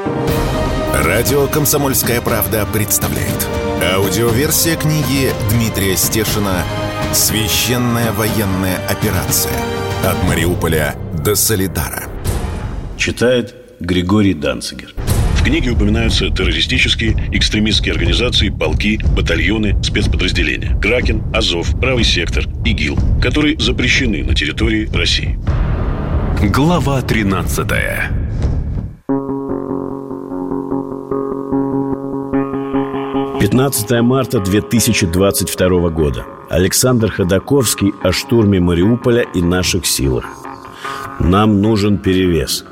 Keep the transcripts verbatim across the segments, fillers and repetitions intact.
Радио «Комсомольская правда» представляет. Аудиоверсия книги Дмитрия Стешина «Священная военная операция. От Мариуполя до Солидара». Читает Григорий Данцигер. В книге упоминаются террористические, экстремистские организации, полки, батальоны, спецподразделения. Кракен, Азов, Правый сектор, ИГИЛ, которые запрещены на территории России. Глава тринадцатая. пятнадцатое марта две тысячи двадцать второго года. Александр Ходаковский о штурме Мариуполя и наших силах. Нам нужен перевес.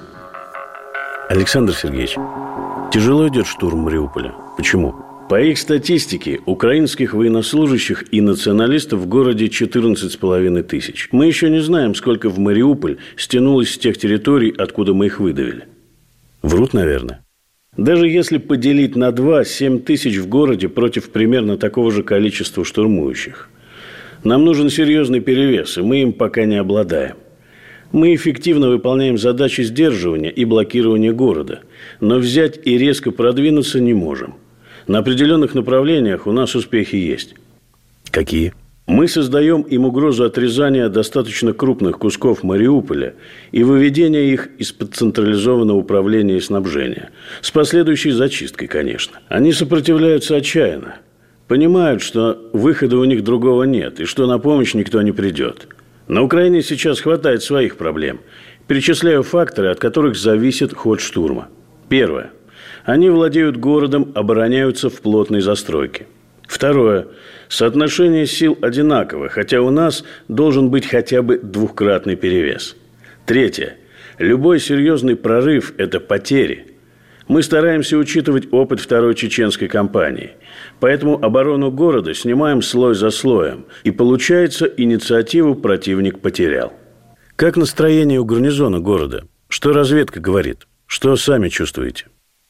Александр Сергеевич, тяжело идет штурм Мариуполя. Почему? По их статистике, украинских военнослужащих и националистов в городе четырнадцать с половиной тысяч. Мы еще не знаем, сколько в Мариуполь стянулось с тех территорий, откуда мы их выдавили. Врут, наверное. Даже если поделить на два, семь тысяч в городе против примерно такого же количества штурмующих. Нам нужен серьезный перевес, и мы им пока не обладаем. Мы эффективно выполняем задачи сдерживания и блокирования города, но взять и резко продвинуться не можем. На определенных направлениях у нас успехи есть. Какие? Мы создаем им угрозу отрезания достаточно крупных кусков Мариуполя и выведения их из-под централизованного управления и снабжения. С последующей зачисткой, конечно. Они сопротивляются отчаянно. Понимают, что выхода у них другого нет и что на помощь никто не придет. На Украине сейчас хватает своих проблем. Перечисляю факторы, от которых зависит ход штурма. Первое. Они владеют городом, обороняются в плотной застройке. Второе. Соотношение сил одинаково, хотя у нас должен быть хотя бы двукратный перевес. Третье. Любой серьезный прорыв – это потери. Мы стараемся учитывать опыт второй чеченской кампании. Поэтому оборону города снимаем слой за слоем. И получается, инициативу противник потерял. Как настроение у гарнизона города? Что разведка говорит? Что сами чувствуете?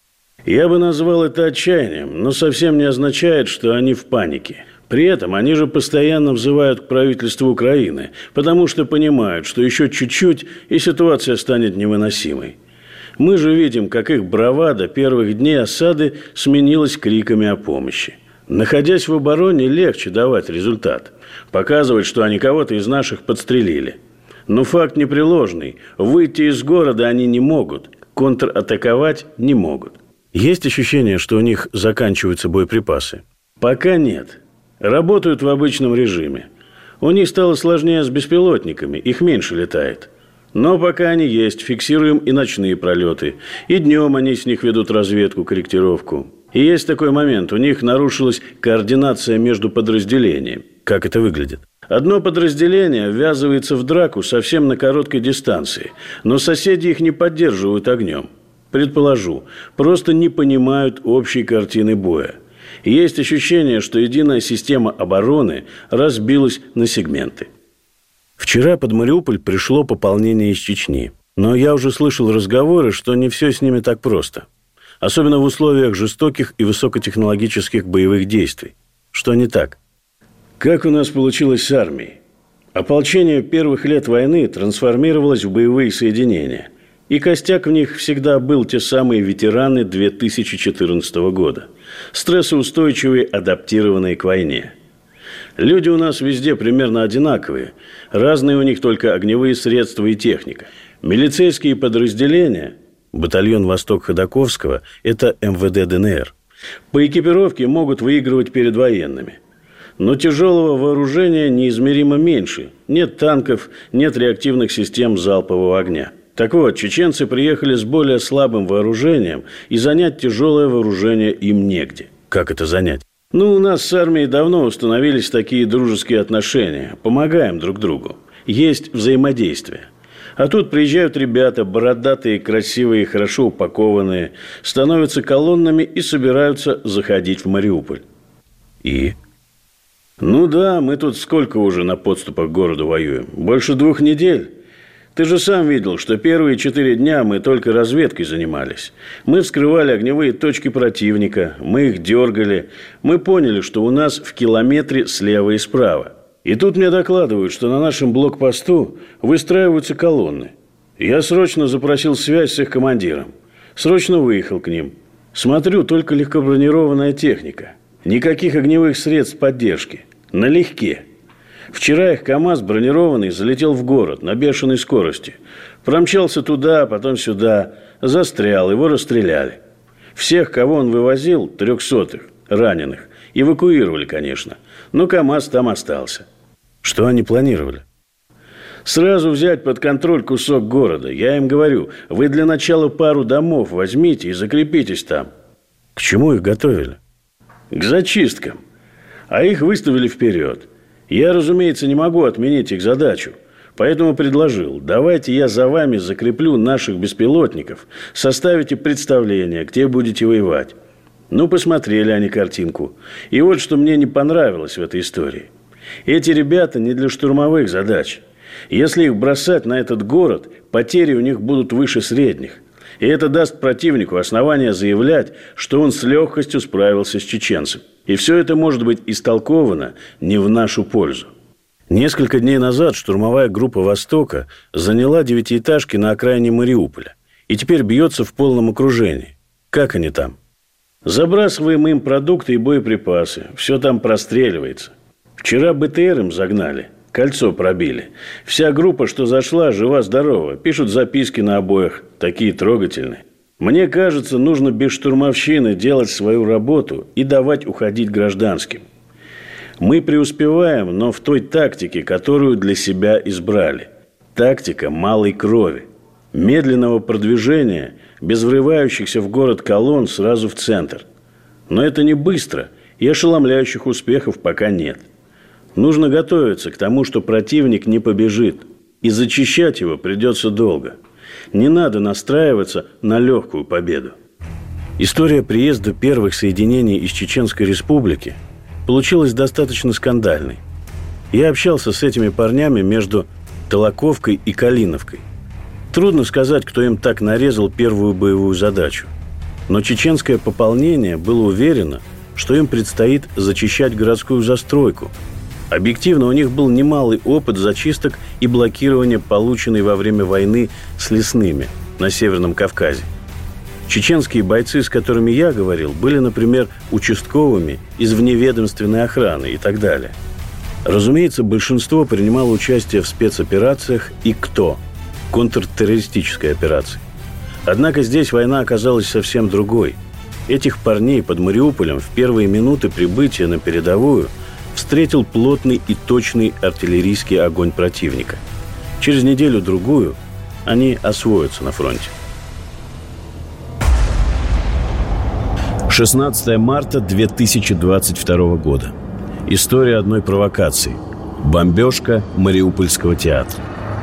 Я бы назвал это отчаянием, но совсем не означает, что они в панике. При этом они же постоянно взывают к правительству Украины, потому что понимают, что еще чуть-чуть, и ситуация станет невыносимой. Мы же видим, как их бравада первых дней осады сменилась криками о помощи. Находясь в обороне, легче давать результат. Показывать, что они кого-то из наших подстрелили. Но факт непреложный. Выйти из города они не могут. Контратаковать не могут. Есть ощущение, что у них заканчиваются боеприпасы? Пока нет. Работают в обычном режиме. У них стало сложнее с беспилотниками. Их меньше летает. Но пока они есть, фиксируем и ночные пролеты. И днем они с них ведут разведку, корректировку. И есть такой момент. У них нарушилась координация между подразделениями. Как это выглядит? Одно подразделение ввязывается в драку совсем на короткой дистанции. Но соседи их не поддерживают огнем. Предположу, просто не понимают общей картины боя. Есть ощущение, что единая система обороны разбилась на сегменты. Вчера под Мариуполь пришло пополнение из Чечни. Но я уже слышал разговоры, что не все с ними так просто. Особенно в условиях жестоких и высокотехнологических боевых действий. Что не так? Как у нас получилось с армией? Ополчение первых лет войны трансформировалось в боевые соединения. И костяк в них всегда был те самые ветераны две тысячи четырнадцатого года. Стрессоустойчивые, адаптированные к войне. Люди у нас везде примерно одинаковые. Разные у них только огневые средства и техника. Милицейские подразделения, батальон «Восток» Ходаковского, это эм вэ дэ дэ эн эр. По экипировке могут выигрывать перед военными. Но тяжелого вооружения неизмеримо меньше. Нет танков, нет реактивных систем залпового огня. Так вот, чеченцы приехали с более слабым вооружением, и занять тяжелое вооружение им негде. Как это занять? Ну, у нас с армией давно установились такие дружеские отношения. Помогаем друг другу. Есть взаимодействие. А тут приезжают ребята, бородатые, красивые, хорошо упакованные, становятся колоннами и собираются заходить в Мариуполь. И? Ну да, мы тут сколько уже на подступах к городу воюем? Больше двух недель. Ты же сам видел, что первые четыре дня мы только разведкой занимались. Мы вскрывали огневые точки противника, мы их дергали. Мы поняли, что у нас в километре слева и справа. И тут мне докладывают, что на нашем блокпосту выстраиваются колонны. Я срочно запросил связь с их командиром. Срочно выехал к ним. Смотрю, только легкобронированная техника. Никаких огневых средств поддержки. Налегке. Вчера их КАМАЗ бронированный залетел в город на бешеной скорости. Промчался туда, потом сюда. Застрял, его расстреляли. Всех, кого он вывозил, трехсотых, раненых, эвакуировали, конечно. Но КАМАЗ там остался. Что они планировали? Сразу взять под контроль кусок города. Я им говорю, вы для начала пару домов возьмите и закрепитесь там. К чему их готовили? К зачисткам. А их выставили вперед. Я, разумеется, не могу отменить их задачу. Поэтому предложил, давайте я за вами закреплю наших беспилотников, составите представление, где будете воевать. Ну, посмотрели они картинку. И вот что мне не понравилось в этой истории. Эти ребята не для штурмовых задач. Если их бросать на этот город, потери у них будут выше средних. И это даст противнику основание заявлять, что он с легкостью справился с чеченцем. И все это может быть истолковано не в нашу пользу. Несколько дней назад штурмовая группа «Востока» заняла девятиэтажки на окраине Мариуполя. И теперь бьется в полном окружении. Как они там? Забрасываем им продукты и боеприпасы. Все там простреливается. Вчера БТР им загнали. Кольцо пробили. Вся группа, что зашла, жива-здорова. Пишут записки на обоях. Такие трогательные. Мне кажется, нужно без штурмовщины делать свою работу и давать уходить гражданским. Мы преуспеваем, но в той тактике, которую для себя избрали. Тактика малой крови. Медленного продвижения, без врывающихся в город колонн сразу в центр. Но это не быстро, и ошеломляющих успехов пока нет. Нужно готовиться к тому, что противник не побежит. И зачищать его придется долго. Не надо настраиваться на легкую победу. История приезда первых соединений из Чеченской Республики получилась достаточно скандальной. Я общался с этими парнями между Толоковкой и Калиновкой. Трудно сказать, кто им так нарезал первую боевую задачу. Но чеченское пополнение было уверено, что им предстоит зачищать городскую застройку. Объективно, у них был немалый опыт зачисток и блокирования, полученной во время войны с лесными на Северном Кавказе. Чеченские бойцы, с которыми я говорил, были, например, участковыми из вневедомственной охраны и так далее. Разумеется, большинство принимало участие в спецоперациях и КТО – контртеррористической операции. Однако здесь война оказалась совсем другой. Этих парней под Мариуполем в первые минуты прибытия на передовую встретил плотный и точный артиллерийский огонь противника. Через неделю-другую они освоятся на фронте. шестнадцатое марта две тысячи двадцать второго года. История одной провокации. Бомбежка Мариупольского театра.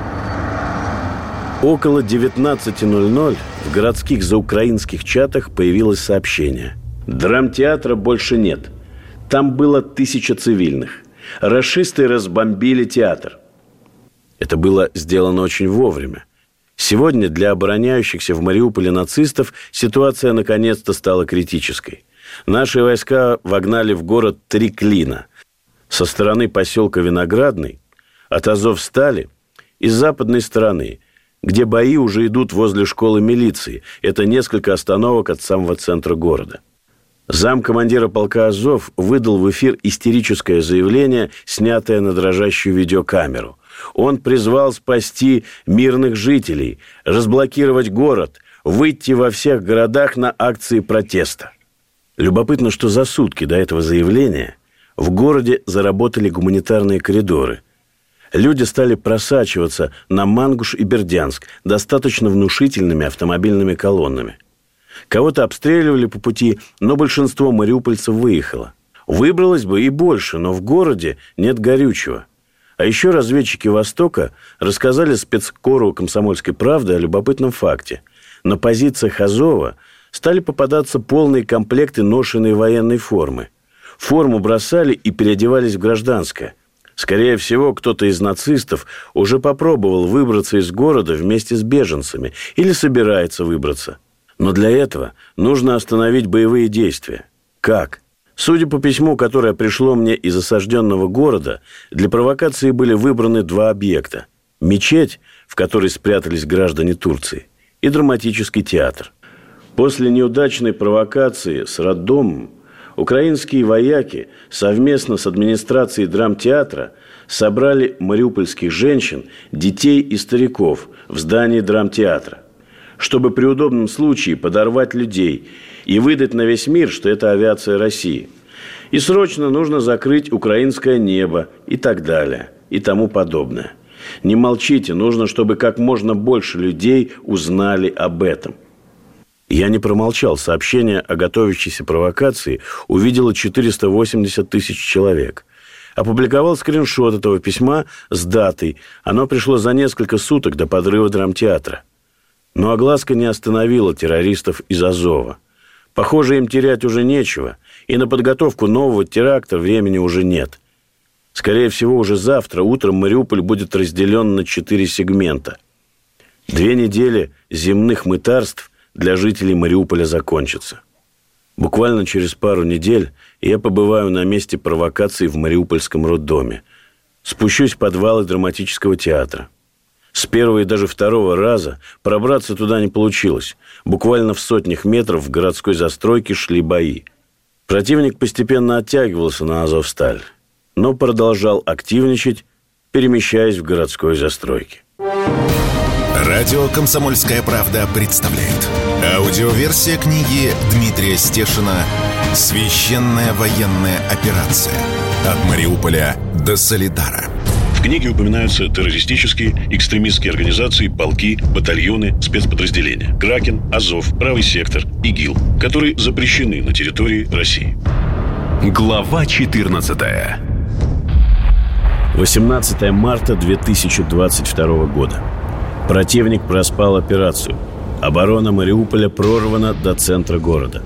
Около девятнадцати ноль-ноль в городских заукраинских чатах появилось сообщение. Драмтеатра больше нет. Там было тысяча цивильных. Рашисты разбомбили театр. Это было сделано очень вовремя. Сегодня для обороняющихся в Мариуполе нацистов ситуация наконец-то стала критической. Наши войска вогнали в город три клина. Со стороны поселка Виноградный, от Азовстали и с западной стороны, где бои уже идут возле школы милиции. Это несколько остановок от самого центра города. Замкомандира полка «Азов» выдал в эфир истерическое заявление, снятое на дрожащую видеокамеру. Он призвал спасти мирных жителей, разблокировать город, выйти во всех городах на акции протеста. Любопытно, что за сутки до этого заявления в городе заработали гуманитарные коридоры. Люди стали просачиваться на Мангуш и Бердянск достаточно внушительными автомобильными колоннами. Кого-то обстреливали по пути, но большинство мариупольцев выехало. Выбралось бы и больше, но в городе нет горючего. А еще разведчики «Востока» рассказали спецкору «Комсомольской правды» о любопытном факте. На позициях Азова стали попадаться полные комплекты ношенной военной формы. Форму бросали и переодевались в гражданское. Скорее всего, кто-то из нацистов уже попробовал выбраться из города вместе с беженцами или собирается выбраться. Но для этого нужно остановить боевые действия. Как? Судя по письму, которое пришло мне из осажденного города, для провокации были выбраны два объекта. Мечеть, в которой спрятались граждане Турции, и драматический театр. После неудачной провокации с роддомом украинские вояки совместно с администрацией драмтеатра собрали мариупольских женщин, детей и стариков в здании драмтеатра, чтобы при удобном случае подорвать людей и выдать на весь мир, что это авиация России. И срочно нужно закрыть украинское небо и так далее, и тому подобное. Не молчите, нужно, чтобы как можно больше людей узнали об этом. Я не промолчал. Сообщение о готовящейся провокации увидело четыреста восемьдесят тысяч человек. Опубликовал скриншот этого письма с датой. Оно пришло за несколько суток до подрыва драмтеатра. Но огласка не остановила террористов из Азова. Похоже, им терять уже нечего, и на подготовку нового теракта времени уже нет. Скорее всего, уже завтра утром Мариуполь будет разделен на четыре сегмента. Две недели земных мытарств для жителей Мариуполя закончатся. Буквально через пару недель я побываю на месте провокации в Мариупольском роддоме. Спущусь в подвалы драматического театра. С первого и даже второго раза пробраться туда не получилось. Буквально в сотнях метров в городской застройке шли бои. Противник постепенно оттягивался на Азовсталь, но продолжал активничать, перемещаясь в городской застройке. Радио «Комсомольская правда» представляет. Аудиоверсия книги Дмитрия Стешина «Священная военная операция. От Мариуполя до Солидара». В книге упоминаются террористические, экстремистские организации, полки, батальоны, спецподразделения. Кракен, Азов, Правый сектор, ИГИЛ, которые запрещены на территории России. Глава четырнадцатая. восемнадцатое марта две тысячи двадцать второго года. Противник проспал операцию. Оборона Мариуполя прорвана до центра города.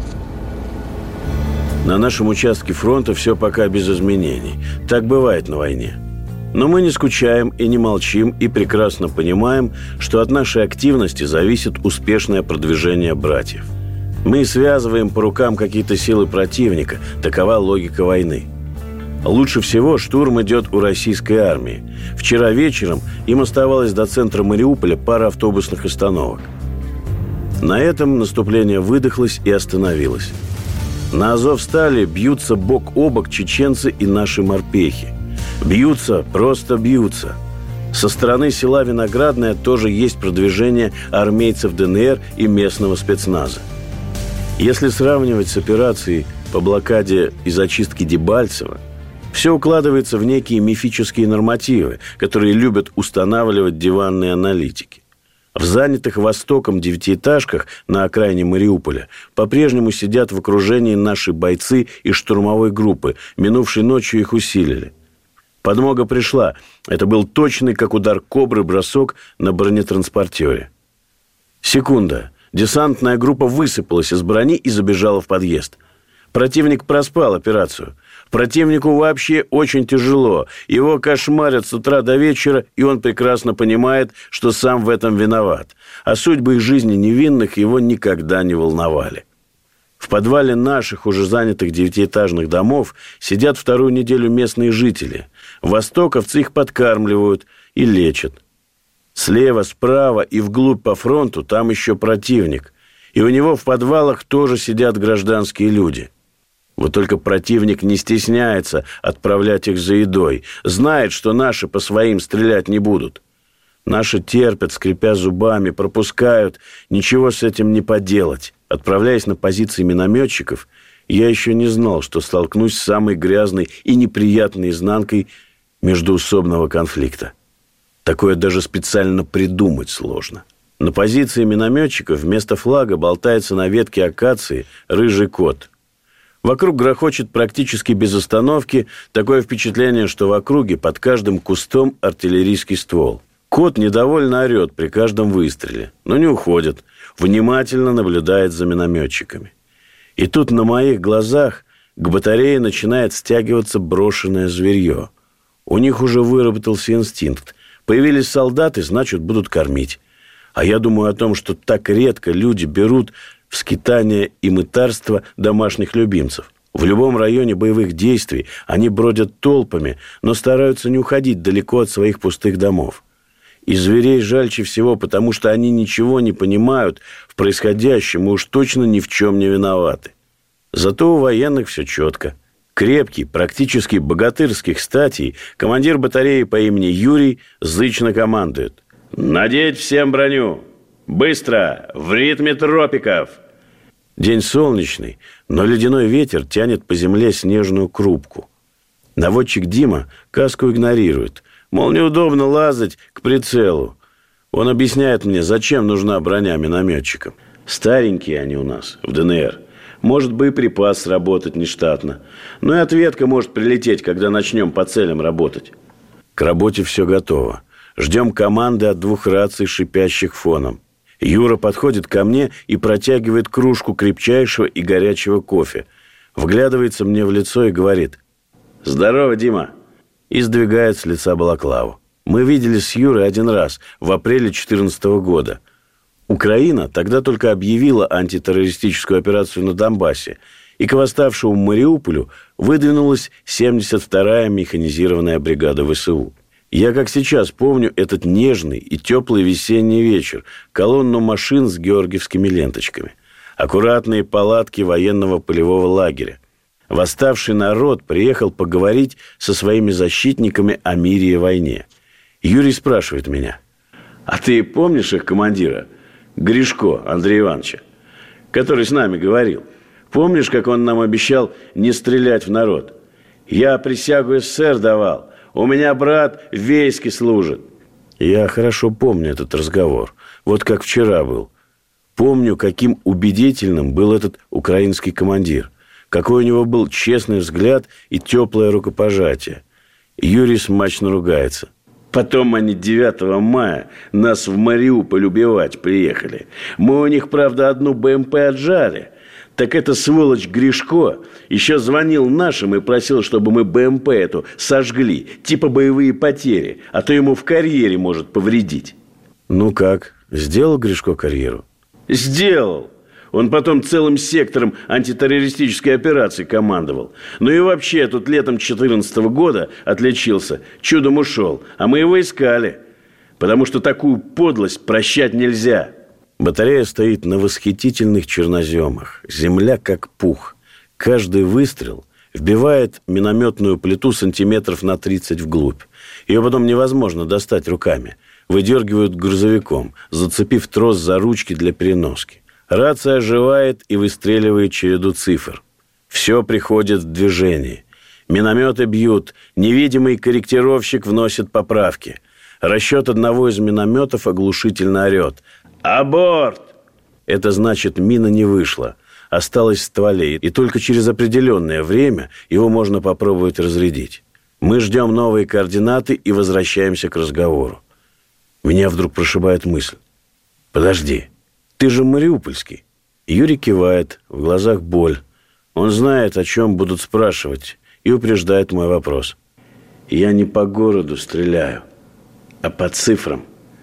На нашем участке фронта все пока без изменений. Так бывает на войне. Но мы не скучаем и не молчим, и прекрасно понимаем, что от нашей активности зависит успешное продвижение братьев. Мы связываем по рукам какие-то силы противника. Такова логика войны. Лучше всего штурм идет у российской армии. Вчера вечером им оставалось до центра Мариуполя пара автобусных остановок. На этом наступление выдохлось и остановилось. На Азовстале бьются бок о бок чеченцы и наши морпехи. Бьются, просто бьются. Со стороны села Виноградное тоже есть продвижение армейцев ДНР и местного спецназа. Если сравнивать с операцией по блокаде и зачистке Дебальцева, все укладывается в некие мифические нормативы, которые любят устанавливать диванные аналитики. В занятых Востоком девятиэтажках на окраине Мариуполя по-прежнему сидят в окружении наши бойцы из штурмовой группы. Минувшей ночью их усилили. Подмога пришла. Это был точный, как удар кобры, бросок на бронетранспортере. Секунда. Десантная группа высыпалась из брони и забежала в подъезд. Противник проспал операцию. Противнику вообще очень тяжело. Его кошмарят с утра до вечера, и он прекрасно понимает, что сам в этом виноват. А судьбы их жизни невинных его никогда не волновали. В подвале наших уже занятых девятиэтажных домов сидят вторую неделю местные жители. Востоковцы их подкармливают и лечат. Слева, справа и вглубь по фронту там еще противник. И у него в подвалах тоже сидят гражданские люди. Вот только противник не стесняется отправлять их за едой. Знает, что наши по своим стрелять не будут. Наши терпят, скрипя зубами, пропускают. Ничего с этим не поделать. Отправляясь на позиции минометчиков, я еще не знал, что столкнусь с самой грязной и неприятной изнанкой междоусобного конфликта. Такое даже специально придумать сложно. На позиции минометчиков вместо флага болтается на ветке акации рыжий кот. Вокруг грохочет практически без остановки. Такое впечатление, что в округе под каждым кустом артиллерийский ствол. Кот недовольно орет при каждом выстреле, но не уходит. Внимательно наблюдает за минометчиками. И тут на моих глазах к батарее начинает стягиваться брошенное зверье. У них уже выработался инстинкт. Появились солдаты, значит, будут кормить. А я думаю о том, что так редко люди берут в скитание и мытарство домашних любимцев. В любом районе боевых действий они бродят толпами, но стараются не уходить далеко от своих пустых домов. И зверей жальче всего, потому что они ничего не понимают в происходящем и уж точно ни в чем не виноваты. Зато у военных все четко. Крепкий, практически богатырских статей, командир батареи по имени Юрий зычно командует: «Надеть всем броню! Быстро! В ритме тропиков!» День солнечный, но ледяной ветер тянет по земле снежную крупку. Наводчик Дима каску игнорирует. Мол, неудобно лазать к прицелу. Он объясняет мне, зачем нужна броня минометчикам. Старенькие они у нас в ДНР. Может, боеприпас сработать нештатно. Но и ответка может прилететь, когда начнем по целям работать. К работе все готово. Ждем команды от двух раций, шипящих фоном. Юра подходит ко мне и протягивает кружку крепчайшего и горячего кофе. Вглядывается мне в лицо и говорит: «Здорово, Дима!» И сдвигает с лица балаклаву. Мы виделись с Юрой один раз, в апреле две тысячи четырнадцатого года. Украина тогда только объявила антитеррористическую операцию на Донбассе, и к восставшему Мариуполю выдвинулась семьдесят вторая механизированная бригада ВСУ. Я, как сейчас, помню этот нежный и теплый весенний вечер, колонну машин с георгиевскими ленточками, аккуратные палатки военного полевого лагеря. Восставший народ приехал поговорить со своими защитниками о мире и войне. Юрий спрашивает меня: «А ты помнишь их командира, Гришко Андрея Ивановича, который с нами говорил? Помнишь, как он нам обещал не стрелять в народ? Я присягу СССР давал, у меня брат в войске служит». Я хорошо помню этот разговор, вот как вчера был. Помню, каким убедительным был этот украинский командир. Какой у него был честный взгляд и теплое рукопожатие. Юрий смачно ругается. Потом они девятого мая нас в Мариуполь убивать приехали. Мы у них, правда, одну БМП отжали. Так эта сволочь Гришко еще звонил нашим и просил, чтобы мы БМП эту сожгли. Типа боевые потери. А то ему в карьере может повредить. Ну как, сделал Гришко карьеру? Сделал. Он потом целым сектором антитеррористической операции командовал. Ну и вообще, тут летом две тысячи четырнадцатого года отличился. Чудом ушел. А мы его искали. Потому что такую подлость прощать нельзя. Батарея стоит на восхитительных черноземах. Земля как пух. Каждый выстрел вбивает минометную плиту сантиметров на тридцать вглубь. Ее потом невозможно достать руками. Выдергивают грузовиком, зацепив трос за ручки для переноски. Рация оживает и выстреливает череду цифр. Все приходит в движение. Минометы бьют, невидимый корректировщик вносит поправки. Расчет одного из минометов оглушительно орет: «Аборт!» Это значит, мина не вышла, осталась в стволе, и только через определенное время его можно попробовать разрядить. Мы ждем новые координаты и возвращаемся к разговору. Меня вдруг прошибает мысль: «Подожди, ты же мариупольский». Юрий кивает, в глазах боль. Он знает, о чем будут спрашивать, и упреждает мой вопрос. «Я не по городу стреляю, а по цифрам.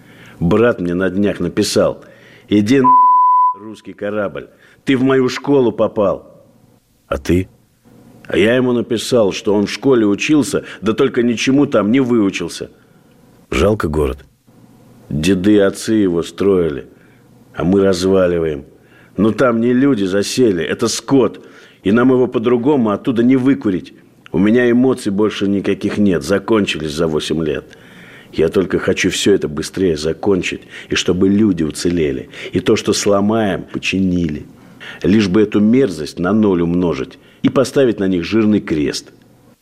Брат мне на днях написал: иди на русский корабль, ты в мою школу попал». «А ты?» А я ему написал, что он в школе учился, да только ничему там не выучился. Жалко город. Деды и отцы его строили, а мы разваливаем. Но там не люди засели, это скот, и нам его по-другому оттуда не выкурить. У меня эмоций больше никаких нет, закончились за восемь лет. Я только хочу все это быстрее закончить, и чтобы люди уцелели, и то, что сломаем, починили. Лишь бы эту мерзость на ноль умножить и поставить на них жирный крест».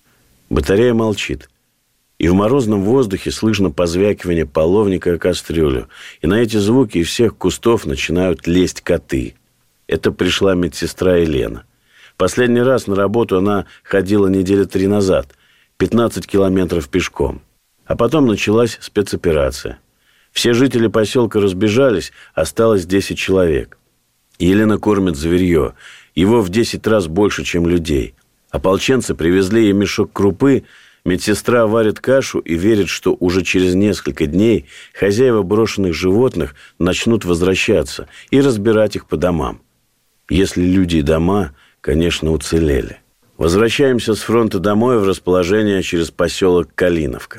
Батарея молчит. И в морозном воздухе слышно позвякивание половника о кастрюлю. И на эти звуки из всех кустов начинают лезть коты. Это пришла медсестра Елена. Последний раз на работу она ходила недели три назад. пятнадцать километров пешком. А потом началась спецоперация. Все жители поселка разбежались, осталось десять человек. Елена кормит зверье. Его в десять раз больше, чем людей. Ополченцы привезли ей мешок крупы. Медсестра варит кашу и верит, что уже через несколько дней хозяева брошенных животных начнут возвращаться и разбирать их по домам. Если люди и дома, конечно, уцелели. Возвращаемся с фронта домой в расположение через поселок Калиновка.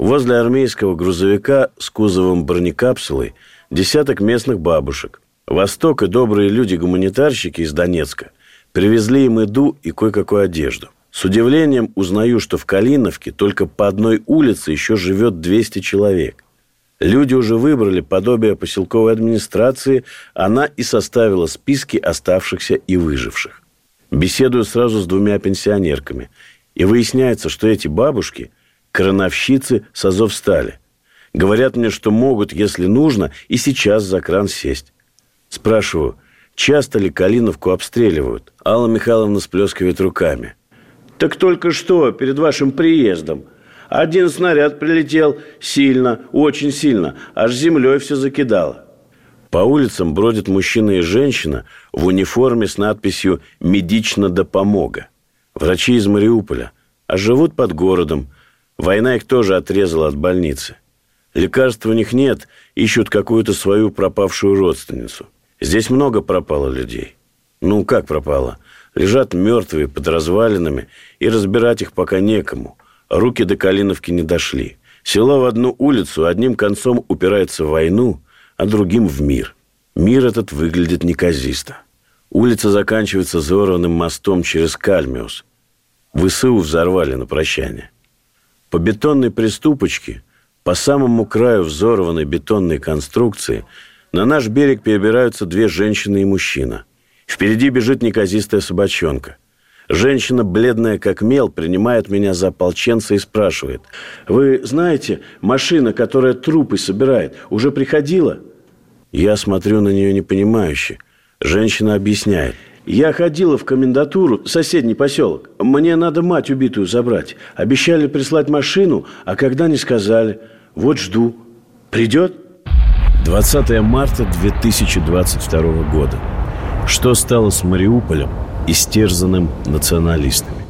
Возле армейского грузовика с кузовом бронекапсулой десяток местных бабушек. Восток и добрые люди-гуманитарщики из Донецка привезли им еду и кое-какую одежду. С удивлением узнаю, что в Калиновке только по одной улице еще живет двести человек. Люди уже выбрали подобие поселковой администрации, она и составила списки оставшихся и выживших. Беседую сразу с двумя пенсионерками, и выясняется, что эти бабушки – крановщицы с Азовстали. Говорят мне, что могут, если нужно, и сейчас за кран сесть. Спрашиваю, часто ли Калиновку обстреливают? Алла Михайловна сплескивает руками. Так только что, перед вашим приездом. Один снаряд прилетел сильно, очень сильно, аж землей все закидало. По улицам бродят мужчина и женщина в униформе с надписью «Медично допомога». Врачи из Мариуполя, а живут под городом. Война их тоже отрезала от больницы. Лекарств у них нет, ищут какую-то свою пропавшую родственницу. Здесь много пропало людей. Ну, как пропало? Лежат мертвые под развалинами, и разбирать их пока некому. Руки до Калиновки не дошли. Село в одну улицу одним концом упирается в войну, а другим в мир. Мир этот выглядит неказисто. Улица заканчивается взорванным мостом через Кальмиус. ВСУ взорвали на прощание. По бетонной приступочке, по самому краю взорванной бетонной конструкции, на наш берег перебираются две женщины и мужчина. Впереди бежит неказистая собачонка. Женщина, бледная как мел, принимает меня за ополченца и спрашивает: «Вы знаете, машина, которая трупы собирает, уже приходила?» Я смотрю на нее непонимающе. Женщина объясняет: «Я ходила в комендатуру, соседний поселок. Мне надо мать убитую забрать. Обещали прислать машину, а когда не сказали. Вот жду. Придет?» двадцатое марта две тысячи двадцать второго года. Что стало с Мариуполем, истерзанным националистами?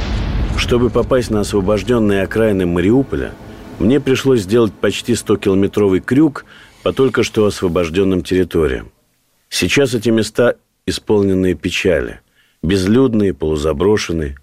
Чтобы попасть на освобожденные окраины Мариуполя, мне пришлось сделать почти стокилометровый крюк по только что освобожденным территориям. Сейчас эти места исполненные печали, безлюдные, полузаброшенные.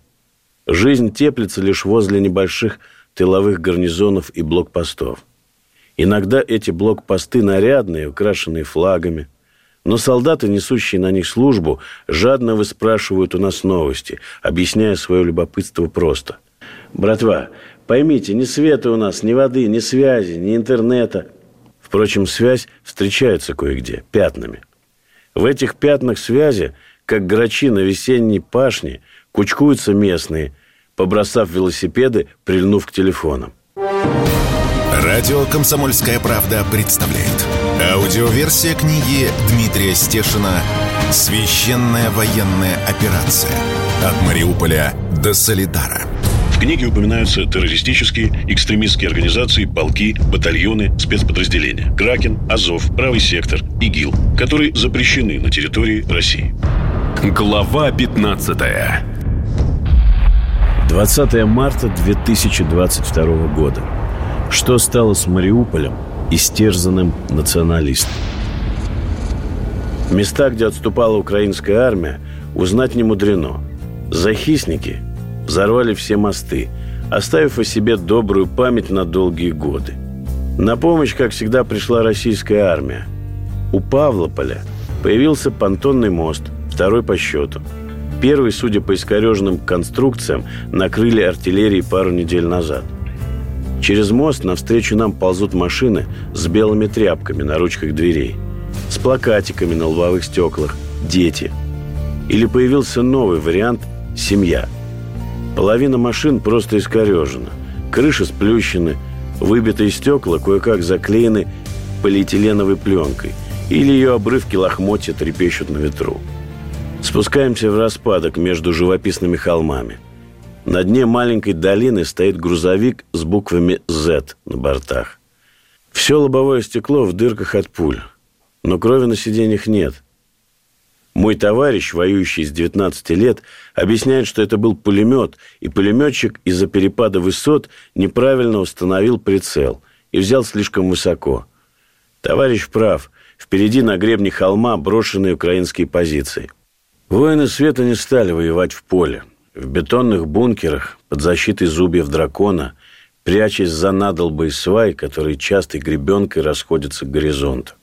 Жизнь теплится лишь возле небольших тыловых гарнизонов и блокпостов. Иногда эти блокпосты нарядные, украшенные флагами. Но солдаты, несущие на них службу, жадно выспрашивают у нас новости, объясняя свое любопытство просто. «Братва, поймите, ни света у нас, ни воды, ни связи, ни интернета». Впрочем, связь встречается кое-где, пятнами. В этих пятнах связи, как грачи на весенней пашне, кучкуются местные, побросав велосипеды, прильнув к телефонам. Радио «Комсомольская правда» представляет. Аудиоверсия книги Дмитрия Стешина «Священная военная операция. От Мариуполя до Солидара». В книге упоминаются террористические, экстремистские организации, полки, батальоны, спецподразделения. Кракен, Азов, Правый сектор, ИГИЛ, которые запрещены на территории России. Глава пятнадцатая. двадцатое марта две тысячи двадцать второго года. Что стало с Мариуполем, истерзанным националистами? Места, где отступала украинская армия, узнать не мудрено. Захисники взорвали все мосты, оставив о себе добрую память на долгие годы. На помощь, как всегда, пришла российская армия. У Павлополя появился понтонный мост, второй по счету. Первый, судя по искореженным конструкциям, накрыли артиллерией пару недель назад. Через мост навстречу нам ползут машины с белыми тряпками на ручках дверей, с плакатиками на лобовых стеклах «Дети». Или появился новый вариант «Семья». Половина машин просто искорежена, крыши сплющены, выбитые стекла кое-как заклеены полиэтиленовой пленкой, или ее обрывки лохмотья трепещут на ветру. Спускаемся в распадок между живописными холмами. На дне маленькой долины стоит грузовик с буквами «зет» на бортах. Все лобовое стекло в дырках от пуль, но крови на сиденьях нет. Мой товарищ, воюющий с девятнадцати лет, объясняет, что это был пулемет, и пулеметчик из-за перепада высот неправильно установил прицел и взял слишком высоко. Товарищ прав, впереди на гребне холма брошенные украинские позиции. Воины света не стали воевать в поле. В бетонных бункерах под защитой зубьев дракона прячась за надолбой свай, которые частой гребенкой расходятся к горизонту.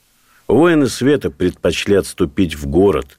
Воины света предпочли отступить в город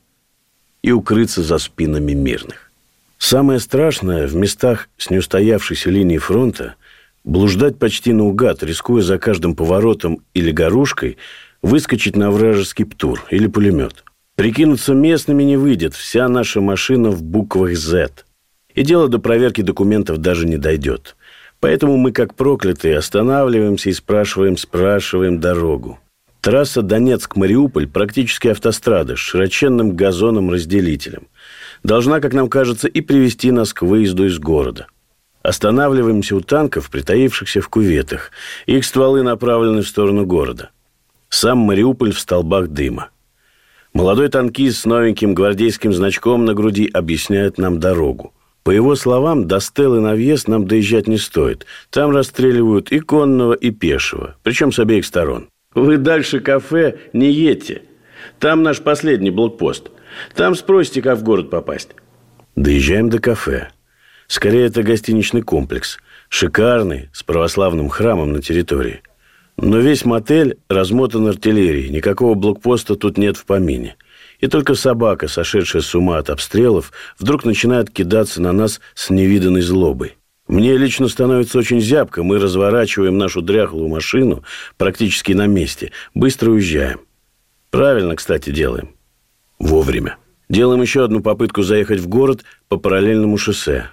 и укрыться за спинами мирных. Самое страшное в местах с неустоявшейся линией фронта – блуждать почти наугад, рискуя за каждым поворотом или горушкой выскочить на вражеский птур или пулемет. Прикинуться местными не выйдет, вся наша машина в буквах «зет». И дело до проверки документов даже не дойдет. Поэтому мы, как проклятые, останавливаемся и спрашиваем, спрашиваем дорогу. Трасса Донецк-Мариуполь практически автострада с широченным газоном-разделителем. Должна, как нам кажется, и привести нас к выезду из города. Останавливаемся у танков, притаившихся в кюветах. Их стволы направлены в сторону города. Сам Мариуполь в столбах дыма. Молодой танкист с новеньким гвардейским значком на груди объясняет нам дорогу. По его словам, до Стеллы на въезд нам доезжать не стоит. Там расстреливают и конного, и пешего. Причем с обеих сторон. Вы дальше кафе не едьте. Там наш последний блокпост. Там спросите, как в город попасть. Доезжаем до кафе. Скорее, это гостиничный комплекс. Шикарный, с православным храмом на территории. Но весь мотель размотан артиллерией. Никакого блокпоста тут нет в помине. И только собака, сошедшая с ума от обстрелов, вдруг начинает кидаться на нас с невиданной злобой. Мне лично становится очень зябко. Мы разворачиваем нашу дряхлую машину практически на месте. Быстро уезжаем. Правильно, кстати, делаем. Вовремя. Делаем еще одну попытку заехать в город по параллельному шоссе.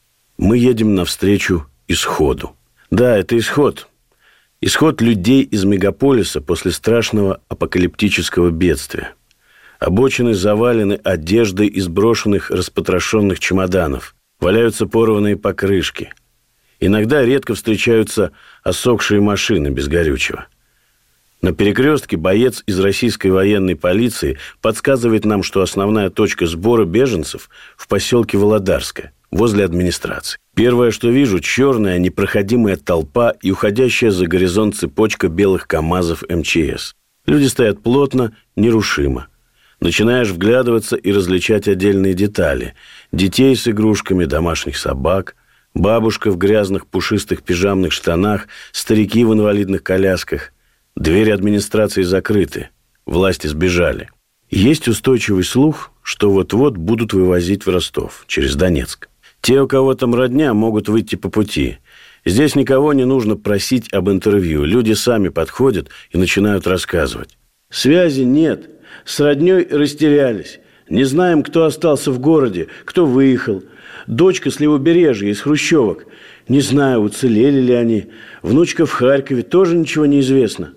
Мы едем навстречу исходу. Да, это исход. Исход людей из мегаполиса после страшного апокалиптического бедствия. Обочины завалены одеждой из брошенных распотрошенных чемоданов. Валяются порванные покрышки. Иногда редко встречаются осохшие машины без горючего. На перекрестке боец из российской военной полиции подсказывает нам, что основная точка сбора беженцев в поселке Володарское, возле администрации. Первое, что вижу, черная непроходимая толпа и уходящая за горизонт цепочка белых КАМАЗов эм че эс. Люди стоят плотно, нерушимо. Начинаешь вглядываться и различать отдельные детали. Детей с игрушками, домашних собак, бабушка в грязных пушистых пижамных штанах, старики в инвалидных колясках. Двери администрации закрыты. Власти сбежали. Есть устойчивый слух, что вот-вот будут вывозить в Ростов, через Донецк. Те, у кого там родня, могут выйти по пути. Здесь никого не нужно просить об интервью. Люди сами подходят и начинают рассказывать. Связи нет. С роднёй растерялись. Не знаем, кто остался в городе, кто выехал. Дочка с левобережья, из хрущевок. Не знаю, уцелели ли они. Внучка в Харькове, тоже ничего не известно.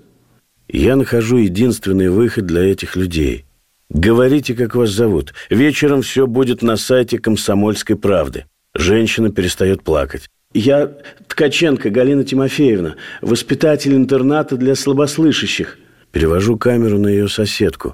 Я нахожу единственный выход для этих людей. Говорите, как вас зовут. Вечером все будет на сайте «Комсомольской правды». Женщина перестает плакать. Я Ткаченко Галина Тимофеевна, воспитатель интерната для слабослышащих. Перевожу камеру на ее соседку.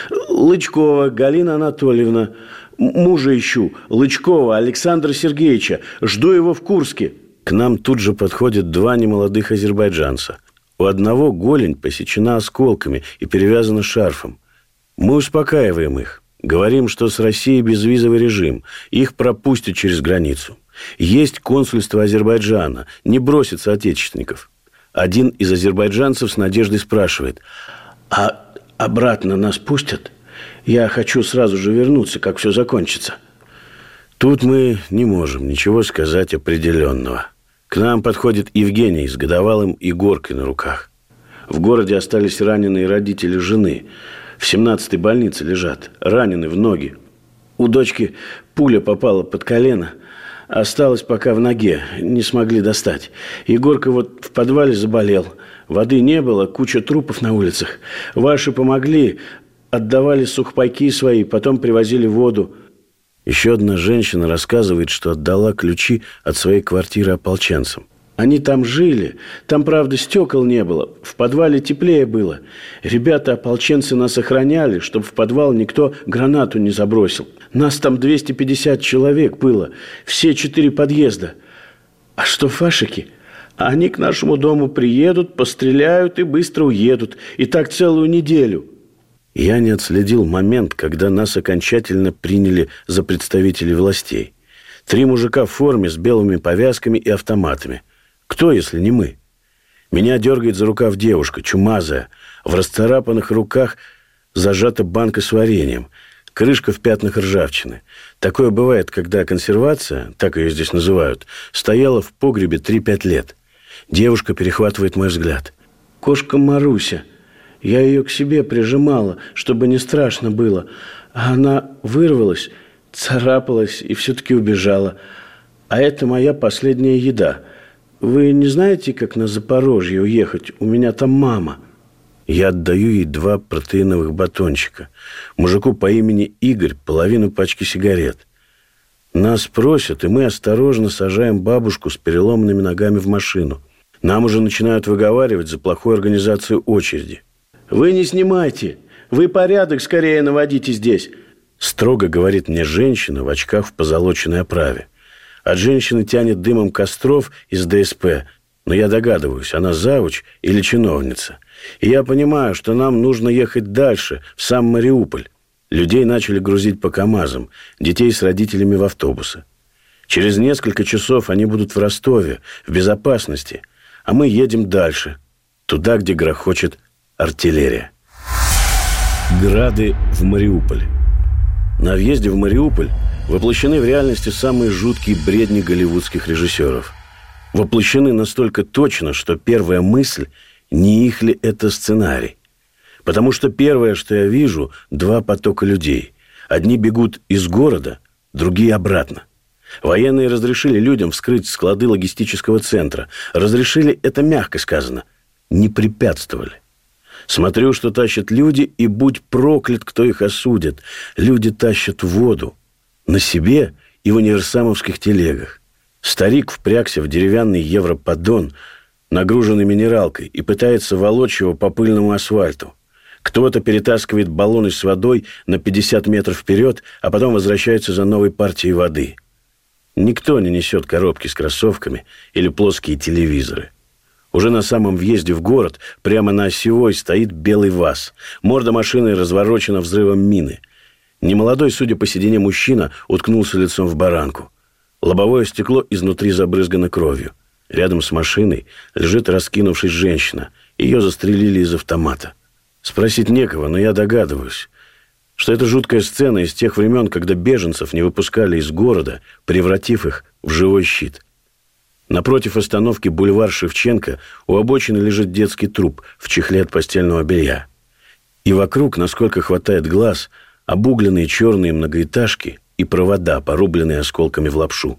Лычкова Галина Анатольевна. Мужа ищу. Лычкова Александра Сергеевича. Жду его в Курске. К нам тут же подходят два немолодых азербайджанца. У одного голень посечена осколками и перевязана шарфом. Мы успокаиваем их. Говорим, что с Россией безвизовый режим. Их пропустят через границу. Есть консульство Азербайджана. Не бросит соотечественников. Один из азербайджанцев с надеждой спрашивает: а обратно нас пустят? Я хочу сразу же вернуться, как все закончится. Тут мы не можем ничего сказать определенного. К нам подходит Евгений с годовалым Егоркой на руках. В городе остались раненые родители жены. В семнадцатой больнице лежат, ранены в ноги. У дочки пуля попала под колено. Осталось пока в ноге, не смогли достать. Егорка вот в подвале заболел. Воды не было, куча трупов на улицах. Ваши помогли, отдавали сухпайки свои, потом привозили воду. Еще одна женщина рассказывает, что отдала ключи от своей квартиры ополченцам. Они там жили, там, правда, стекол не было, в подвале теплее было. Ребята-ополченцы нас охраняли, чтобы в подвал никто гранату не забросил. Нас там двести пятьдесят человек было, все четыре подъезда. А что фашики? Они к нашему дому приедут, постреляют и быстро уедут. И так целую неделю. Я не отследил момент, когда нас окончательно приняли за представителей властей. Три мужика в форме с белыми повязками и автоматами. Кто, если не мы? Меня дергает за рукав девушка, чумазая. В расцарапанных руках зажата банка с вареньем. Крышка в пятнах ржавчины. Такое бывает, когда консервация, так ее здесь называют, стояла в погребе три-пять лет. Девушка перехватывает мой взгляд. Кошка Маруся. Я ее к себе прижимала, чтобы не страшно было. А она вырвалась, царапалась и все-таки убежала. А это моя последняя еда. Вы не знаете, как на Запорожье уехать? У меня там мама. Я отдаю ей два протеиновых батончика. Мужику по имени Игорь половину пачки сигарет. Нас просят, и мы осторожно сажаем бабушку с переломанными ногами в машину. Нам уже начинают выговаривать за плохую организацию очереди. «Вы не снимайте! Вы порядок скорее наводите здесь!» Строго говорит мне женщина в очках в позолоченной оправе. От женщины тянет дымом костров из ДСП, но я догадываюсь, она завуч или чиновница. И я понимаю, что нам нужно ехать дальше, в сам Мариуполь. Людей начали грузить по КАМАЗам, детей с родителями в автобусы. Через несколько часов они будут в Ростове, в безопасности, а мы едем дальше, туда, где грохочет артиллерия. Грады в Мариуполе. На въезде в Мариуполь воплощены в реальности самые жуткие бредни голливудских режиссеров. Воплощены настолько точно, что первая мысль – не их ли это сценарий? Потому что первое, что я вижу – два потока людей. Одни бегут из города, другие обратно. Военные разрешили людям вскрыть склады логистического центра. Разрешили – это мягко сказано. Не препятствовали. Смотрю, что тащат люди, и будь проклят, кто их осудит. Люди тащат воду. На себе и в универсамовских телегах. Старик впрягся в деревянный европоддон, нагруженный минералкой, и пытается волочь его по пыльному асфальту. Кто-то перетаскивает баллоны с водой на пятьдесят метров вперед, а потом возвращается за новой партией воды. Никто не несет коробки с кроссовками или плоские телевизоры. Уже на самом въезде в город, прямо на осевой, стоит белый ВАЗ. Морда машины разворочена взрывом мины. Немолодой, судя по седине, мужчина уткнулся лицом в баранку. Лобовое стекло изнутри забрызгано кровью. Рядом с машиной лежит, раскинувшись, женщина. Ее застрелили из автомата. Спросить некого, но я догадываюсь, что это жуткая сцена из тех времен, когда беженцев не выпускали из города, превратив их в живой щит. Напротив остановки бульвар Шевченко у обочины лежит детский труп в чехле от постельного белья. И вокруг, насколько хватает глаз, обугленные черные многоэтажки и провода, порубленные осколками в лапшу.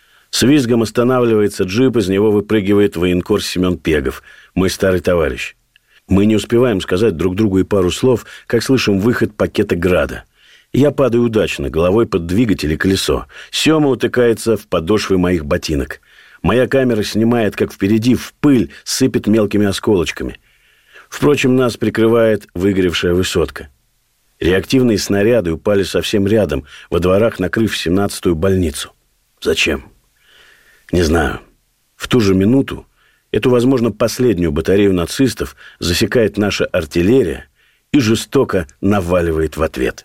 С визгом останавливается джип, из него выпрыгивает военкор Семен Пегов, мой старый товарищ. Мы не успеваем сказать друг другу и пару слов, как слышим выход пакета «Града». Я падаю удачно, головой под двигатель и колесо. Сема утыкается в подошвы моих ботинок. Моя камера снимает, как впереди в пыль сыпет мелкими осколочками. Впрочем, нас прикрывает выгоревшая высотка. Реактивные снаряды упали совсем рядом, во дворах, накрыв семнадцатую больницу. Зачем? Не знаю. В ту же минуту эту, возможно, последнюю батарею нацистов засекает наша артиллерия и жестоко наваливает в ответ.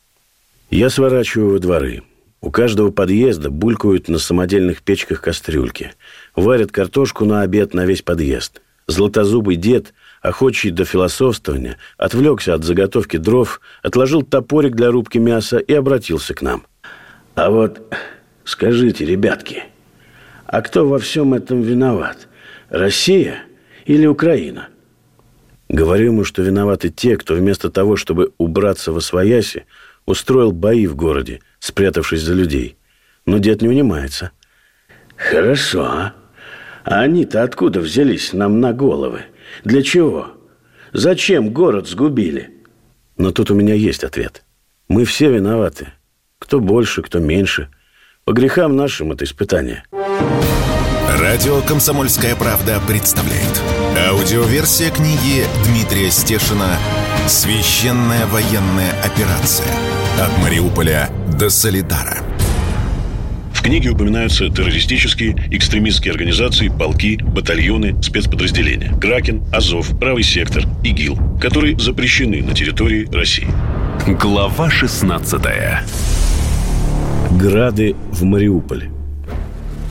Я сворачиваю во дворы. У каждого подъезда булькают на самодельных печках кастрюльки. Варят картошку на обед на весь подъезд. Златозубый дед, охочий до философствования, отвлекся от заготовки дров, отложил топорик для рубки мяса и обратился к нам. А вот скажите, ребятки, а кто во всем этом виноват? Россия или Украина? Говорю ему, что виноваты те, кто вместо того, чтобы убраться восвояси, устроил бои в городе, спрятавшись за людей. Но дед не унимается. Хорошо, а? А они-то откуда взялись нам на головы? Для чего? Зачем город сгубили? Но тут у меня есть ответ. Мы все виноваты. Кто больше, кто меньше. По грехам нашим это испытание. Радио «Комсомольская правда» представляет. Аудиоверсия книги Дмитрия Стешина «Священная военная операция. От Мариуполя до Солидара». В книге упоминаются террористические, экстремистские организации, полки, батальоны, спецподразделения. Кракен, Азов, Правый сектор, ИГИЛ, которые запрещены на территории России. Глава шестнадцатая. Грады в Мариуполе.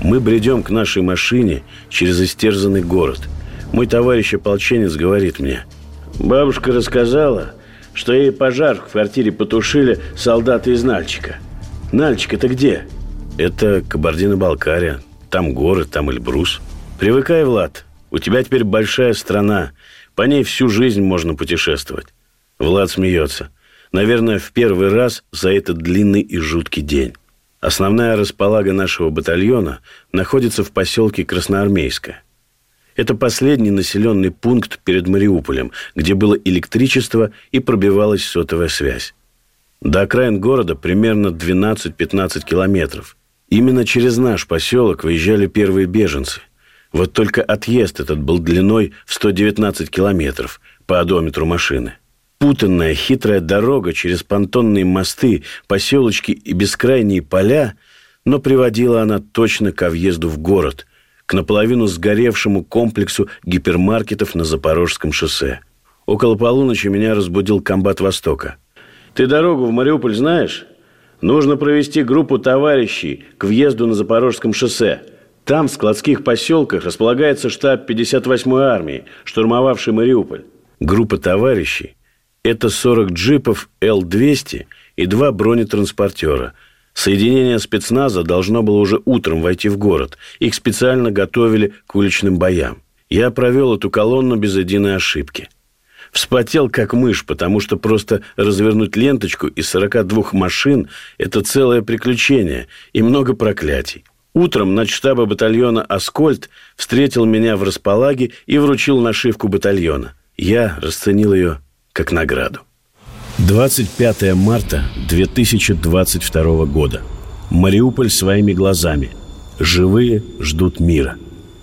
Мы бредем к нашей машине через истерзанный город. Мой товарищ-ополченец говорит мне: бабушка рассказала, что ей пожар в квартире потушили солдаты из Нальчика. Нальчик — это где? Это Кабардино-Балкария. Там горы, там Эльбрус. Привыкай, Влад. У тебя теперь большая страна. По ней всю жизнь можно путешествовать. Влад смеется. Наверное, в первый раз за этот длинный и жуткий день. Основная располага нашего батальона находится в поселке Красноармейское. Это последний населенный пункт перед Мариуполем, где было электричество и пробивалась сотовая связь. До окраин города примерно двенадцать-пятнадцать километров. Именно через наш поселок выезжали первые беженцы. Вот только отъезд этот был длиной в сто девятнадцать километров по одометру машины. Путанная, хитрая дорога через понтонные мосты, поселочки и бескрайние поля, но приводила она точно ко въезду в город, к наполовину сгоревшему комплексу гипермаркетов на Запорожском шоссе. Около полуночи меня разбудил комбат Востока. «Ты дорогу в Мариуполь знаешь? Нужно провести группу товарищей к въезду на Запорожском шоссе. Там, в складских поселках, располагается штаб пятьдесят восьмой армии, штурмовавший Мариуполь». Группа товарищей – это сорок джипов Л двести и два бронетранспортера. Соединение спецназа должно было уже утром войти в город. Их специально готовили к уличным боям. Я провел эту колонну без единой ошибки. Вспотел, как мышь, потому что просто развернуть ленточку из сорока двух машин – это целое приключение и много проклятий. Утром начштаба батальона «Аскольд» встретил меня в располаге и вручил нашивку батальона. Я расценил ее как награду. двадцать пятое марта две тысячи двадцать второго года. Мариуполь своими глазами. Живые ждут мира.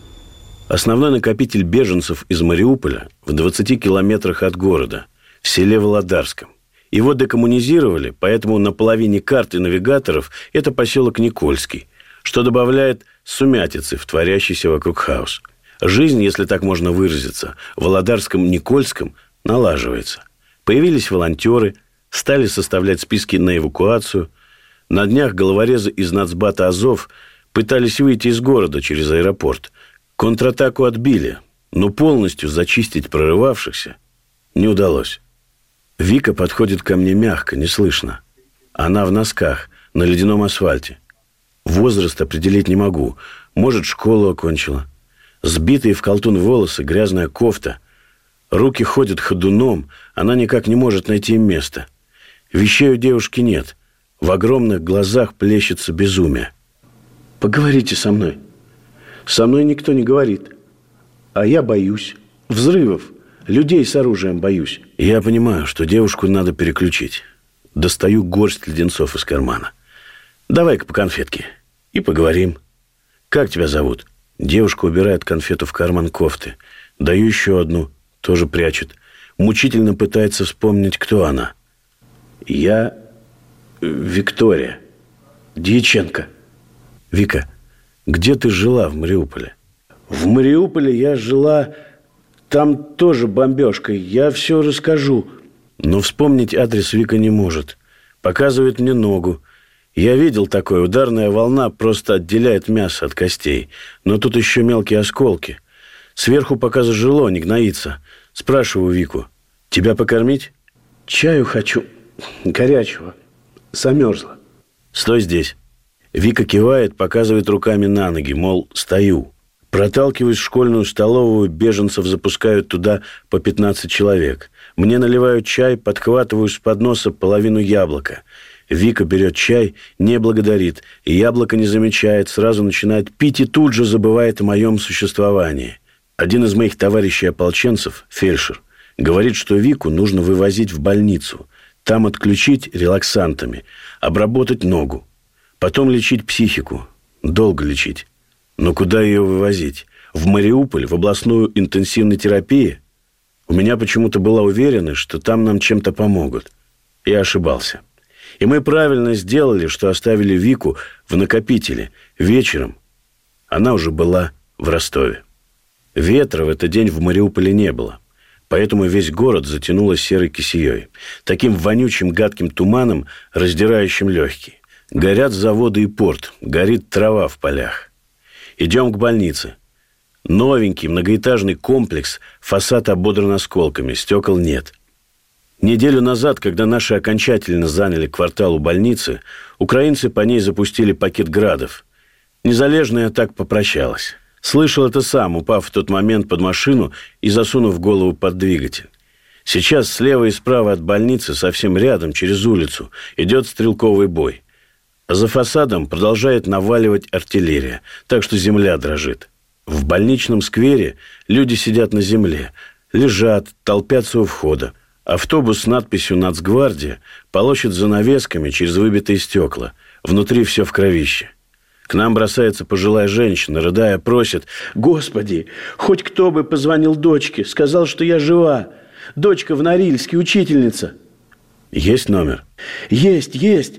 Основной накопитель беженцев из Мариуполя в двадцати километрах от города, в селе Володарском. Его декоммунизировали, поэтому на половине карт и навигаторов это поселок Никольский, что добавляет сумятицы в творящийся вокруг хаос. Жизнь, если так можно выразиться, в Володарском-Никольском налаживается. Появились волонтеры, стали составлять списки на эвакуацию. На днях головорезы из нацбата «Азов» пытались выйти из города через аэропорт. Контратаку отбили, но полностью зачистить прорывавшихся не удалось. Вика подходит ко мне мягко, неслышно. Она в носках, на ледяном асфальте. Возраст определить не могу. Может, школу окончила. Сбитые в колтун волосы, грязная кофта. Руки ходят ходуном, она никак не может найти им место. Вещей у девушки нет. В огромных глазах плещется безумие. «Поговорите со мной». «Со мной никто не говорит. А я боюсь. Взрывов. Людей с оружием боюсь». Я понимаю, что девушку надо переключить. Достаю горсть леденцов из кармана. «Давай-ка по конфетке. И поговорим. Как тебя зовут?» Девушка убирает конфету в карман кофты. Даю еще одну. Тоже прячет. Мучительно пытается вспомнить, кто она. «Я... Виктория. Дьяченко». «Вика, где ты жила в Мариуполе?» «В Мариуполе я жила... Там тоже бомбежка. Я все расскажу». Но вспомнить адрес Вика не может. Показывает мне ногу. Я видел такое. Ударная волна просто отделяет мясо от костей. Но тут еще мелкие осколки. Сверху пока зажило, не гноится. Спрашиваю Вику: «Тебя покормить?» «Чаю хочу. Горячего. Замерзла». «Стой здесь». Вика кивает, показывает руками на ноги, мол, стою. Проталкиваюсь в школьную столовую, беженцев запускают туда по пятнадцать человек. Мне наливают чай, подхватываю с подноса половину яблока. Вика берет чай, не благодарит, и яблоко не замечает, сразу начинает пить и тут же забывает о моем существовании. Один из моих товарищей-ополченцев, фельдшер, говорит, что Вику нужно вывозить в больницу, там отключить релаксантами, обработать ногу, потом лечить психику, долго лечить. Но куда ее вывозить? В Мариуполь, в областную интенсивной терапии? У меня почему-то была уверенность, что там нам чем-то помогут. Я ошибался. И мы правильно сделали, что оставили Вику в накопителе. Вечером она уже была в Ростове. Ветра в этот день в Мариуполе не было. Поэтому весь город затянуло серой кисеей. Таким вонючим гадким туманом, раздирающим легкие. Горят заводы и порт, горит трава в полях. Идем к больнице. Новенький многоэтажный комплекс, фасад ободран осколками, стекол нет. Неделю назад, когда наши окончательно заняли квартал у больницы, украинцы по ней запустили пакет градов. Незалежная так попрощалась. Слышал это сам, упав в тот момент под машину и засунув голову под двигатель. Сейчас слева и справа от больницы, совсем рядом, через улицу, идет стрелковый бой. А за фасадом продолжает наваливать артиллерия, так что земля дрожит. В больничном сквере люди сидят на земле, лежат, толпятся у входа. Автобус с надписью «Нацгвардия» полощет занавесками через выбитые стекла. Внутри все в кровище. К нам бросается пожилая женщина, рыдая, просит: «Господи, хоть кто бы позвонил дочке, сказал, что я жива. Дочка в Норильске, учительница». «Есть номер?» «Есть, есть».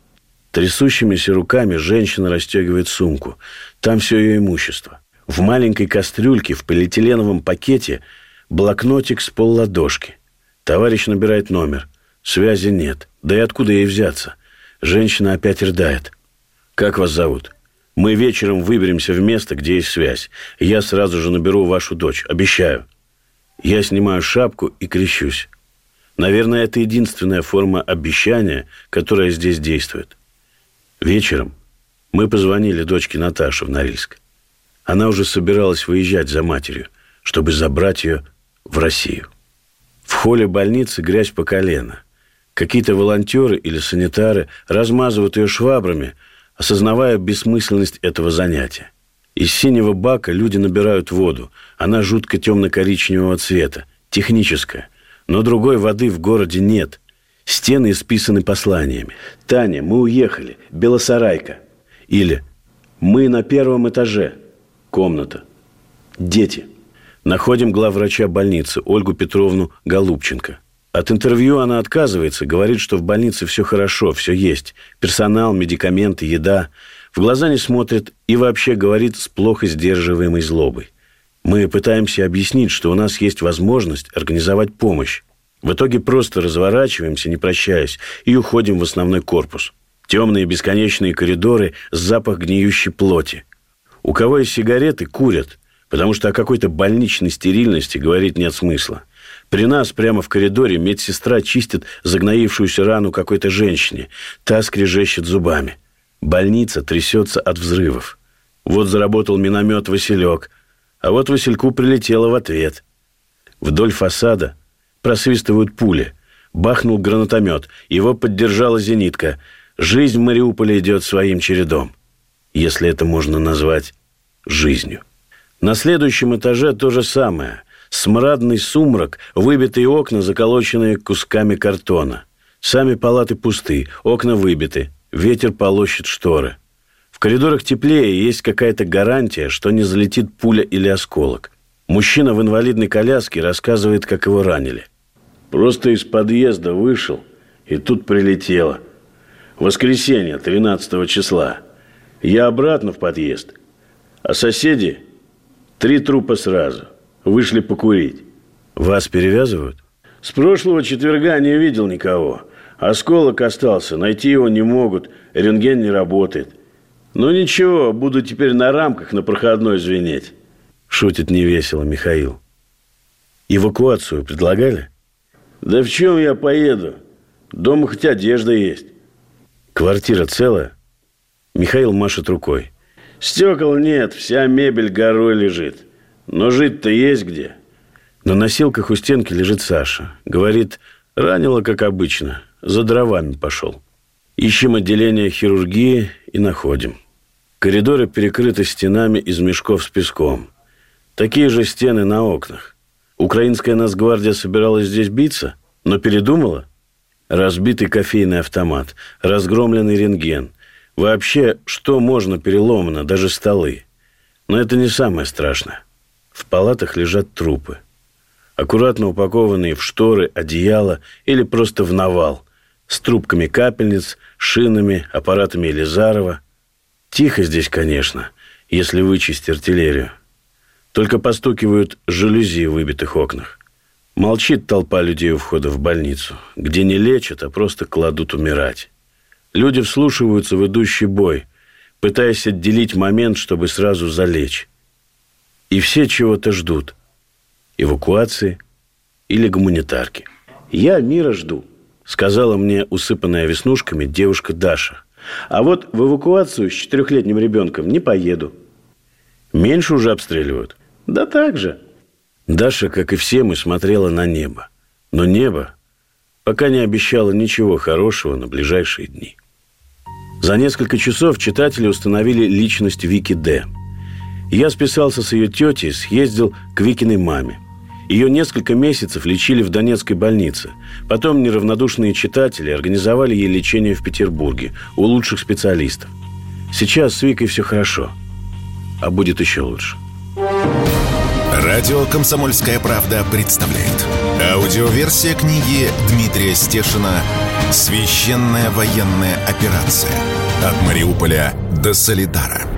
Трясущимися руками женщина расстегивает сумку. Там все ее имущество. В маленькой кастрюльке в полиэтиленовом пакете блокнотик с полладошки. Товарищ набирает номер. Связи нет. Да и откуда ей взяться? Женщина опять рыдает. «Как вас зовут? Мы вечером выберемся в место, где есть связь. Я сразу же наберу вашу дочь. Обещаю». Я снимаю шапку и крещусь. Наверное, это единственная форма обещания, которая здесь действует. Вечером мы позвонили дочке Наташе в Норильск. Она уже собиралась выезжать за матерью, чтобы забрать ее в Россию. В холле больницы грязь по колено. Какие-то волонтеры или санитары размазывают ее швабрами, осознавая бессмысленность этого занятия. Из синего бака люди набирают воду. Она жутко темно-коричневого цвета, техническая. Но другой воды в городе нет. Стены исписаны посланиями. «Таня, мы уехали. Белосарайка». Или «Мы на первом этаже. Комната. Дети». Находим главврача больницы, Ольгу Петровну Голубченко. От интервью она отказывается, говорит, что в больнице все хорошо, все есть. Персонал, медикаменты, еда. В глаза не смотрит и вообще говорит с плохо сдерживаемой злобой. Мы пытаемся объяснить, что у нас есть возможность организовать помощь. В итоге просто разворачиваемся, не прощаясь, и уходим в основной корпус. Темные бесконечные коридоры, запах гниющей плоти. У кого есть сигареты, курят, потому что о какой-то больничной стерильности говорить нет смысла. При нас прямо в коридоре медсестра чистит загноившуюся рану какой-то женщине. Та скрежещет зубами. Больница трясется от взрывов. Вот заработал миномет «Василек», а вот Васильку прилетело в ответ. Вдоль фасада просвистывают пули. Бахнул гранатомет. Его поддержала зенитка. Жизнь в Мариуполе идет своим чередом. Если это можно назвать жизнью. На следующем этаже то же самое. Смрадный сумрак, выбитые окна, заколоченные кусками картона. Сами палаты пусты, окна выбиты. Ветер полощет шторы. В коридорах теплее, есть какая-то гарантия, что не залетит пуля или осколок. Мужчина в инвалидной коляске рассказывает, как его ранили. «Просто из подъезда вышел, и тут прилетело. Воскресенье, тринадцатого числа. Я обратно в подъезд. А соседи три трупа сразу. Вышли покурить». «Вас перевязывают?» «С прошлого четверга не видел никого. Осколок остался, найти его не могут, рентген не работает. Ну ничего, буду теперь на рамках на проходной звенеть». Шутит невесело Михаил. «Эвакуацию предлагали?» «Да в чем я поеду? Дома хоть одежда есть». «Квартира целая?» Михаил машет рукой. «Стекол нет, вся мебель горой лежит. Но жить-то есть где». На носилках у стенки лежит Саша. Говорит, ранило, как обычно. За дровами пошел. Ищем отделение хирургии и находим. Коридоры перекрыты стенами из мешков с песком. Такие же стены на окнах. Украинская Нацгвардия собиралась здесь биться, но передумала. Разбитый кофейный автомат, разгромленный рентген. Вообще, что можно переломано, даже столы. Но это не самое страшное. В палатах лежат трупы. Аккуратно упакованные в шторы, одеяла или просто в навал. С трубками капельниц, шинами, аппаратами Елизарова. Тихо здесь, конечно, если вычесть артиллерию. Только постукивают жалюзи в выбитых окнах. Молчит толпа людей у входа в больницу, где не лечат, а просто кладут умирать. Люди вслушиваются в идущий бой, пытаясь отделить момент, чтобы сразу залечь. И все чего-то ждут. Эвакуации или гуманитарки. «Я мира жду», — сказала мне усыпанная веснушками девушка Даша. «А вот в эвакуацию с четырехлетним ребенком не поеду». «Меньше уже обстреливают?» «Да так же». Даша, как и все мы, смотрела на небо. Но небо пока не обещало ничего хорошего на ближайшие дни. За несколько часов читатели установили личность Вики Д. Я списался с ее тетей, съездил к Викиной маме. Ее несколько месяцев лечили в Донецкой больнице. Потом неравнодушные читатели организовали ей лечение в Петербурге у лучших специалистов. Сейчас с Викой все хорошо. А будет еще лучше. Радио «Комсомольская правда» представляет. Аудиоверсия книги Дмитрия Стешина «Священная военная операция. От Мариуполя до Солидара».